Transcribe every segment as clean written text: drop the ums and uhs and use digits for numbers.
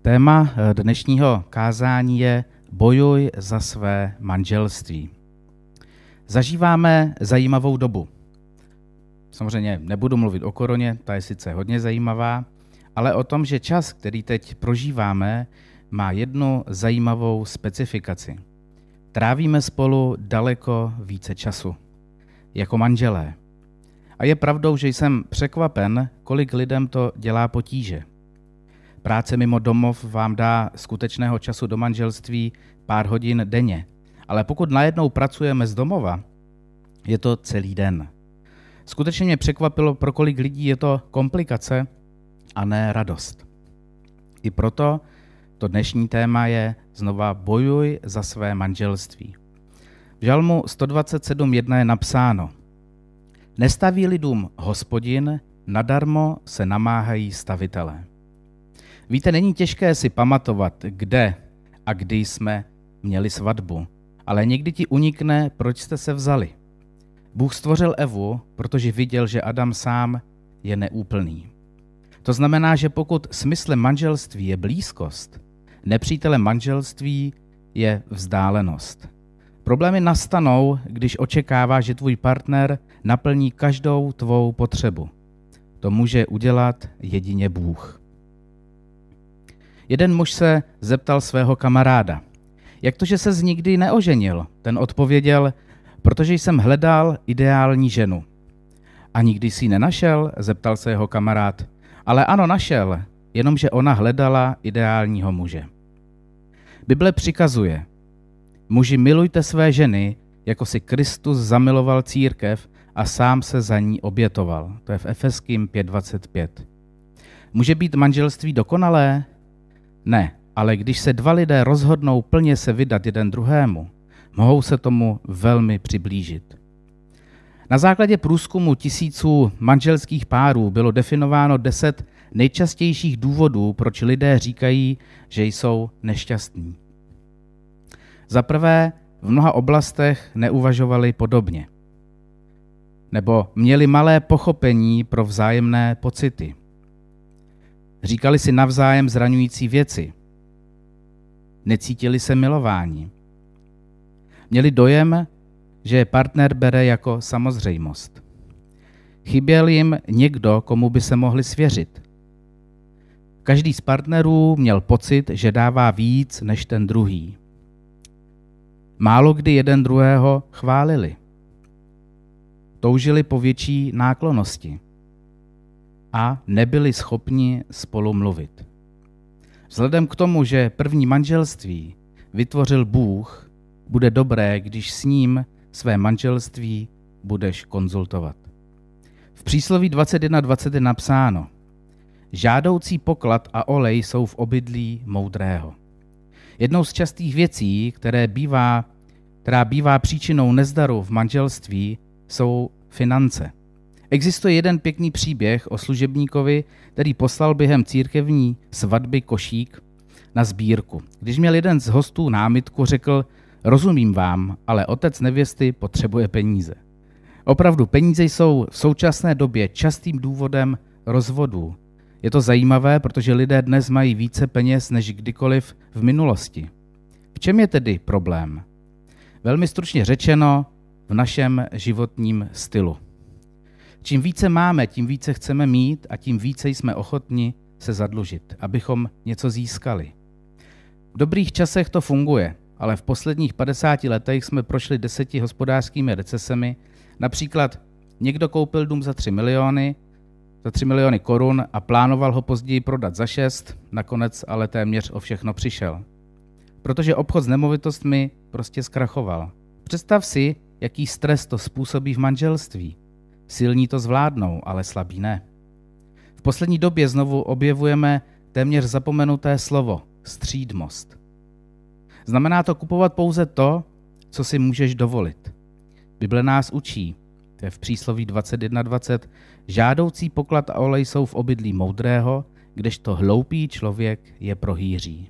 Téma dnešního kázání je Bojuj za své manželství. Zažíváme zajímavou dobu. Samozřejmě nebudu mluvit o koroně, ta je sice hodně zajímavá, ale o tom, že čas, který teď prožíváme, má jednu zajímavou specifikaci. Trávíme spolu daleko více času, jako manželé. A je pravdou, že jsem překvapen, kolik lidem to dělá potíže. Práce mimo domov vám dá skutečného času do manželství pár hodin denně, ale pokud najednou pracujeme z domova, je to celý den. Skutečně mě překvapilo, pro kolik lidí je to komplikace a ne radost. I proto to dnešní téma je znova bojuj za své manželství. V Žalmu 127.1 je napsáno: Nestaví-li dům Hospodin, nadarmo se namáhají stavitelé. Víte, není těžké si pamatovat, kde a kdy jsme měli svatbu, ale někdy ti unikne, proč jste se vzali. Bůh stvořil Evu, protože viděl, že Adam sám je neúplný. To znamená, že pokud smyslem manželství je blízkost, nepřítelem manželství je vzdálenost. Problémy nastanou, když očekáváš, že tvůj partner naplní každou tvou potřebu. To může udělat jedině Bůh. Jeden muž se zeptal svého kamaráda: jak to, že ses nikdy neoženil? Ten odpověděl: protože jsem hledal ideální ženu. A nikdy si ji nenašel? Zeptal se jeho kamarád. Ale ano, našel, jenomže ona hledala ideálního muže. Bible přikazuje: muži, milujte své ženy, jako si Kristus zamiloval církev a sám se za ní obětoval. To je v Efeským 5.25. Může být manželství dokonalé? Ne, ale když se dva lidé rozhodnou plně se vydat jeden druhému, mohou se tomu velmi přiblížit. Na základě průzkumu tisíců manželských párů bylo definováno 10 nejčastějších důvodů, proč lidé říkají, že jsou nešťastní. Za prvé, v mnoha oblastech neuvažovali podobně, nebo měli malé pochopení pro vzájemné pocity. Říkali si navzájem zraňující věci. Necítili se milováni. Měli dojem, že je partner bere jako samozřejmost. Chyběl jim někdo, komu by se mohli svěřit. Každý z partnerů měl pocit, že dává víc než ten druhý. Málo kdy jeden druhého chválili. Toužili po větší náklonnosti a nebyli schopni spolu mluvit. Vzhledem k tomu, že první manželství vytvořil Bůh, bude dobré, když s ním své manželství budeš konzultovat. V přísloví 21.20 je napsáno: žádoucí poklad a olej jsou v obydlí moudrého. Jednou z častých věcí, která bývá příčinou nezdaru v manželství, jsou finance. Existuje jeden pěkný příběh o služebníkovi, který poslal během církevní svatby košík na sbírku. Když měl jeden z hostů námitku, řekl: rozumím vám, ale otec nevěsty potřebuje peníze. Opravdu, peníze jsou v současné době častým důvodem rozvodů. Je to zajímavé, protože lidé dnes mají více peněz než kdykoliv v minulosti. V čem je tedy problém? Velmi stručně řečeno, v našem životním stylu. Čím více máme, tím více chceme mít a tím více jsme ochotni se zadlužit, abychom něco získali. V dobrých časech to funguje, ale v posledních 50 letech jsme prošli 10 hospodářskými recesemi. Například někdo koupil dům za 3 miliony korun a plánoval ho později prodat za 6, nakonec ale téměř o všechno přišel. Protože obchod s nemovitostmi prostě zkrachoval. Představ si, jaký stres to způsobí v manželství. Silní to zvládnou, ale slabí ne. V poslední době znovu objevujeme téměř zapomenuté slovo střídmost. Znamená to kupovat pouze to, co si můžeš dovolit. Bible nás učí, to je v přísloví 21.20, žádoucí poklad a olej jsou v obydlí moudrého, kdežto hloupý člověk je prohýří.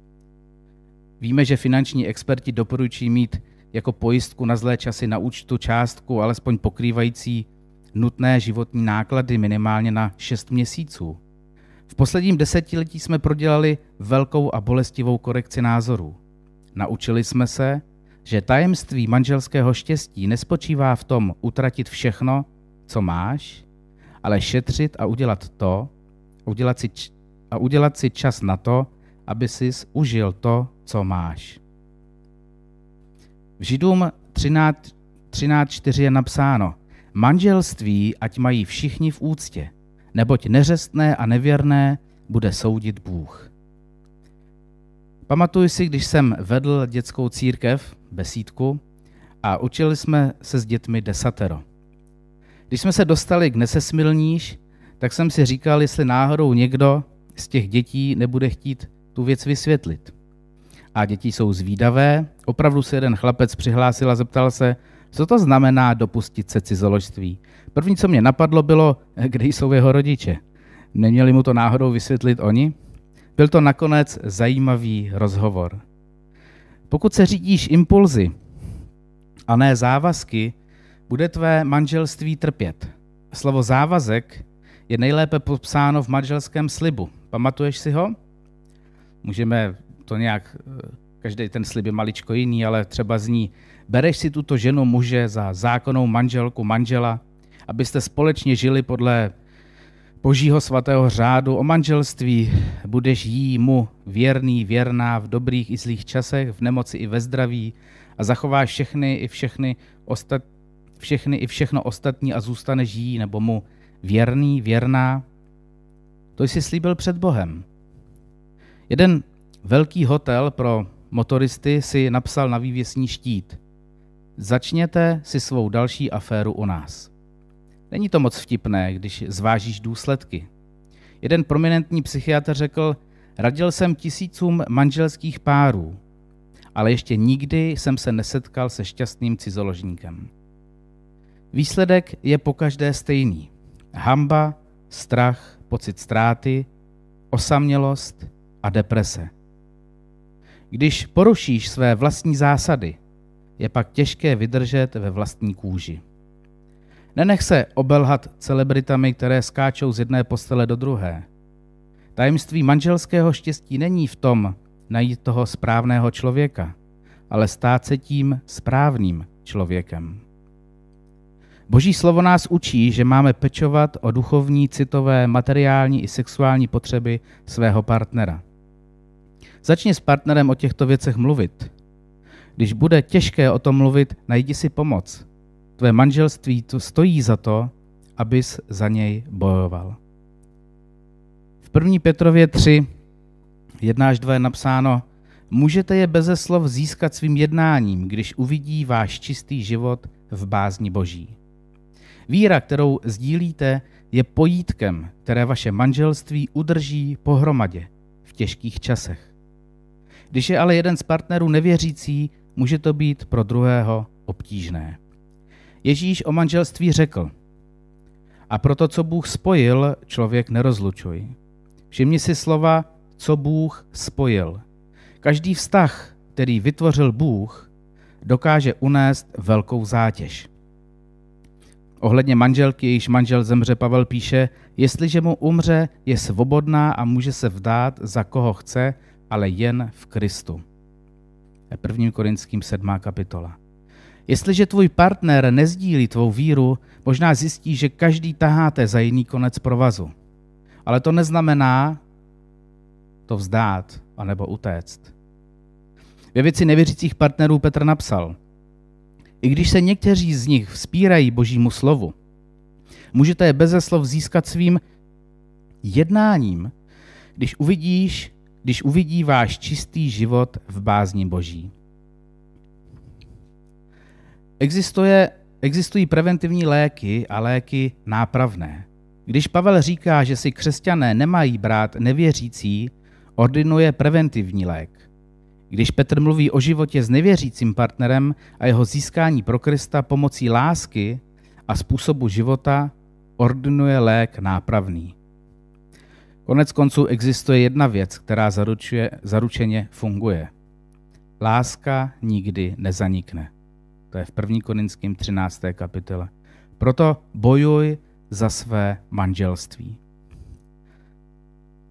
Víme, že finanční experti doporučují mít jako pojistku na zlé časy na účtu částku alespoň pokrývající nutné životní náklady minimálně na 6 měsíců. V posledním desetiletí jsme prodělali velkou a bolestivou korekci názorů. Naučili jsme se, že tajemství manželského štěstí nespočívá v tom utratit všechno, co máš, ale šetřit a udělat si čas na to, aby sis užil to, co máš. V Židům 13:4 je napsáno: manželství ať mají všichni v úctě, neboť neřestné a nevěrné bude soudit Bůh. Pamatuju si, když jsem vedl dětskou církev, besídku, a učili jsme se s dětmi desatero. Když jsme se dostali k nesesmilníš, tak jsem si říkal, jestli náhodou někdo z těch dětí nebude chtít tu věc vysvětlit. A děti jsou zvídavé. Opravdu se jeden chlapec přihlásil a zeptal se, co to znamená dopustit se cizoložství. První, co mě napadlo, bylo, kde jsou jeho rodiče. Neměli mu to náhodou vysvětlit oni? Byl to nakonec zajímavý rozhovor. Pokud se řídíš impulzy a ne závazky, bude tvé manželství trpět. Slovo závazek je nejlépe popsáno v manželském slibu. Pamatuješ si ho? Můžeme to nějak, každý ten slib je maličko jiný, ale třeba zní: bereš si tuto ženu muže za zákonnou manželku manžela, abyste společně žili podle Božího svatého řádu o manželství, budeš jí mu věrný, věrná v dobrých i zlých časech, v nemoci i ve zdraví a zachováš všechny i všechno ostatní a zůstaneš jí nebo mu věrný, věrná. To jsi slíbil před Bohem. Jeden velký hotel pro motoristy si napsal na vývěsní štít: začněte si svou další aféru u nás. Není to moc vtipné, když zvážíš důsledky. Jeden prominentní psychiatr řekl: radil jsem tisícům manželských párů, ale ještě nikdy jsem se nesetkal se šťastným cizoložníkem. Výsledek je pokaždé stejný. Hanba, strach, pocit ztráty, osamělost a deprese. Když porušíš své vlastní zásady, je pak těžké vydržet ve vlastní kůži. Nenech se obelhat celebritami, které skáčou z jedné postele do druhé. Tajemství manželského štěstí není v tom najít toho správného člověka, ale stát se tím správným člověkem. Boží slovo nás učí, že máme pečovat o duchovní, citové, materiální i sexuální potřeby svého partnera. Začni s partnerem o těchto věcech mluvit. Když bude těžké o tom mluvit, najdi si pomoc. Tvé manželství to stojí za to, abys za něj bojoval. V 1. Petrově 3, 1-2 je napsáno: můžete je beze slov získat svým jednáním, když uvidí váš čistý život v bázni Boží. Víra, kterou sdílíte, je pojítkem, které vaše manželství udrží pohromadě v těžkých časech. Když je ale jeden z partnerů nevěřící, může to být pro druhého obtížné. Ježíš o manželství řekl: a proto, co Bůh spojil, člověk nerozlučuj. Všimni si slova, co Bůh spojil. Každý vztah, který vytvořil Bůh, dokáže unést velkou zátěž. Ohledně manželky, jejíž manžel zemře, Pavel píše: jestliže mu umře, je svobodná a může se vdát za koho chce, ale jen v Kristu. 1. Korinským 7. kapitola. Jestliže tvůj partner nezdílí tvou víru, možná zjistí, že každý taháte za jiný konec provazu. Ale to neznamená to vzdát anebo utéct. Ve věci nevěřících partnerů Petr napsal: i když se někteří z nich vzpírají Božímu slovu, můžete je beze slov získat svým jednáním, když uvidí váš čistý život v bázni Boží. Existují preventivní léky a léky nápravné. Když Pavel říká, že si křesťané nemají brát nevěřící, ordinuje preventivní lék. Když Petr mluví o životě s nevěřícím partnerem a jeho získání pro Krista pomocí lásky a způsobu života, ordinuje lék nápravný. Konec konců existuje jedna věc, která zaručeně funguje. Láska nikdy nezanikne. To je v 1. Korinským 13. kapitole. Proto bojuj za své manželství.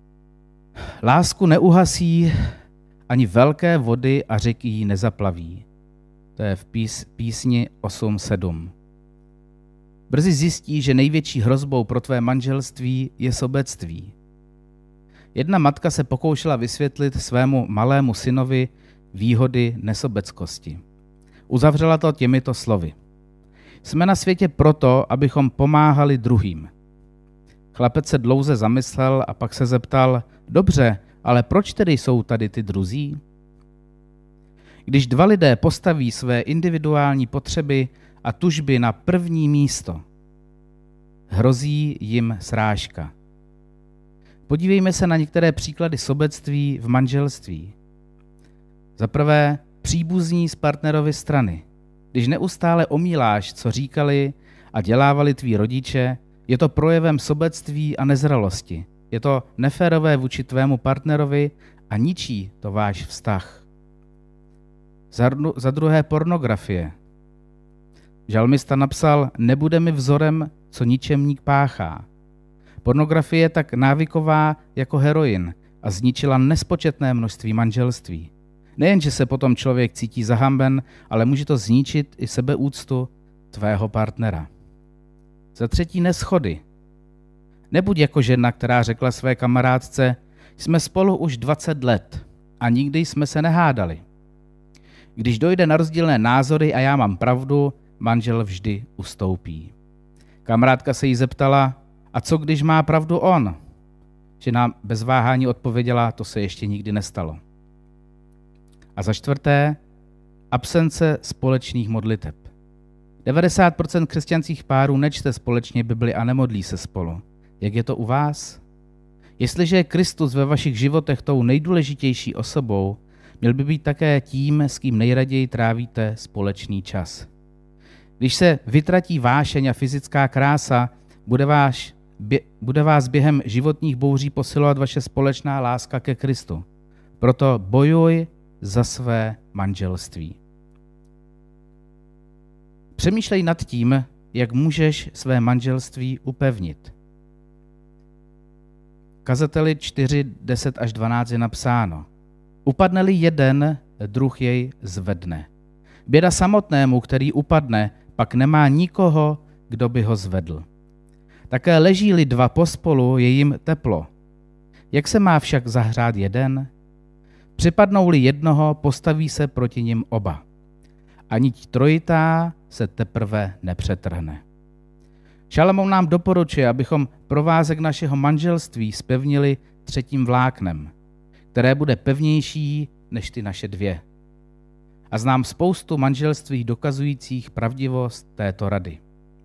Lásku neuhasí ani velké vody a řeky ji nezaplaví. To je v písni 8:7. Brzy zjistí, že největší hrozbou pro tvé manželství je sobectví. Jedna matka se pokoušela vysvětlit svému malému synovi výhody nesobeckosti. Uzavřela to těmito slovy. Jsme na světě proto, abychom pomáhali druhým. Chlapec se dlouze zamyslel a pak se zeptal, dobře, ale proč tedy jsou tady ty druzí? Když dva lidé postaví své individuální potřeby a tužby na první místo, hrozí jim srážka. Podívejme se na některé příklady sobectví v manželství. Za prvé, příbuzní z partnerovy strany. Když neustále omíláš, co říkali a dělávali tví rodiče, je to projevem sobectví a nezralosti. Je to neférové vůči tvému partnerovi a ničí to váš vztah. Za druhé, pornografie. Žalmista napsal, nebude mi vzorem, co ničemník páchá. Pornografie je tak návyková jako heroin a zničila nespočetné množství manželství. Nejen, že se potom člověk cítí zahamben, ale může to zničit i sebeúctu tvého partnera. Za třetí, neshody. Nebuď jako žena, která řekla své kamarádce, jsme spolu už 20 let a nikdy jsme se nehádali. Když dojde na rozdílné názory a já mám pravdu, manžel vždy ustoupí. Kamarádka se jí zeptala, a co když má pravdu on? Žena bez váhání odpověděla, to se ještě nikdy nestalo. A za čtvrté, absence společných modliteb. 90% křesťanských párů nečte společně Bibli a nemodlí se spolu. Jak je to u vás? Jestliže je Kristus ve vašich životech tou nejdůležitější osobou, měl by být také tím, s kým nejraději trávíte společný čas. Když se vytratí vášeň a fyzická krása, bude vás během životních bouří posilovat vaše společná láska ke Kristu. Proto bojuj za své manželství. Přemýšlej nad tím, jak můžeš své manželství upevnit. Kazateli 4:10-12 je napsáno. Upadne-li jeden, druh jej zvedne. Běda samotnému, který upadne, pak nemá nikoho, kdo by ho zvedl. Také leží-li dva pospolu, je jim teplo. Jak se má však zahřát jeden? Připadnou-li jednoho, postaví se proti nim oba. A niť trojitá se teprve nepřetrhne. Šalamoun nám doporučuje, abychom provázek našeho manželství zpevnili třetím vláknem, které bude pevnější než ty naše dvě. A znám spoustu manželství dokazujících pravdivost této rady.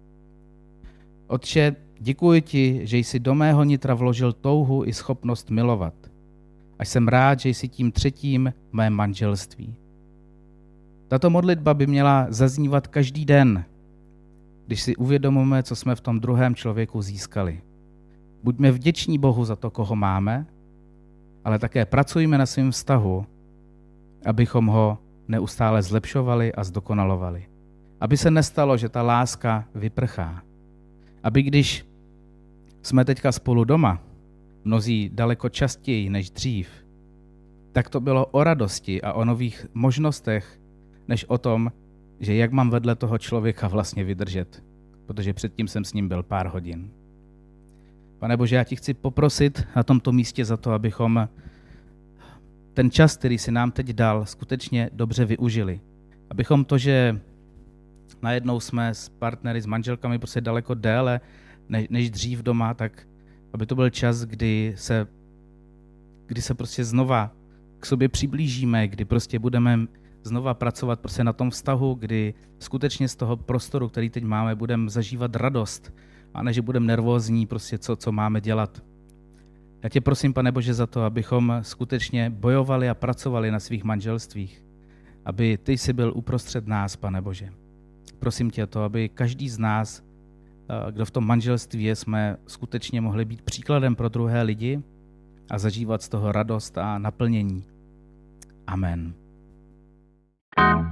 Otče, děkuji ti, že jsi do mého nitra vložil touhu i schopnost milovat. A jsem rád, že jsi tím třetím v mém manželství. Tato modlitba by měla zaznívat každý den, když si uvědomíme, co jsme v tom druhém člověku získali. Buďme vděční Bohu za to, koho máme, ale také pracujme na svém vztahu, abychom ho neustále zlepšovali a zdokonalovali. Aby se nestalo, že ta láska vyprchá. Aby když jsme teďka spolu doma, mnozí daleko častěji než dřív, tak to bylo o radosti a o nových možnostech, než o tom, že jak mám vedle toho člověka vlastně vydržet, protože předtím jsem s ním byl pár hodin. Pane Bože, já ti chci poprosit na tomto místě za to, abychom ten čas, který si nám teď dal, skutečně dobře využili. Abychom to, že najednou jsme s partnery, s manželkami prostě daleko déle než dřív doma, tak aby to byl čas, kdy se prostě znova k sobě přiblížíme, kdy prostě budeme znova pracovat prostě na tom vztahu, kdy skutečně z toho prostoru, který teď máme, budeme zažívat radost a ne, že budeme nervózní prostě co máme dělat. Já tě prosím, Pane Bože, za to, abychom skutečně bojovali a pracovali na svých manželstvích, aby ty jsi byl uprostřed nás, Pane Bože. Prosím tě to, aby každý z nás, kdo v tom manželství je, jsme skutečně mohli být příkladem pro druhé lidi a zažívat z toho radost a naplnění. Amen.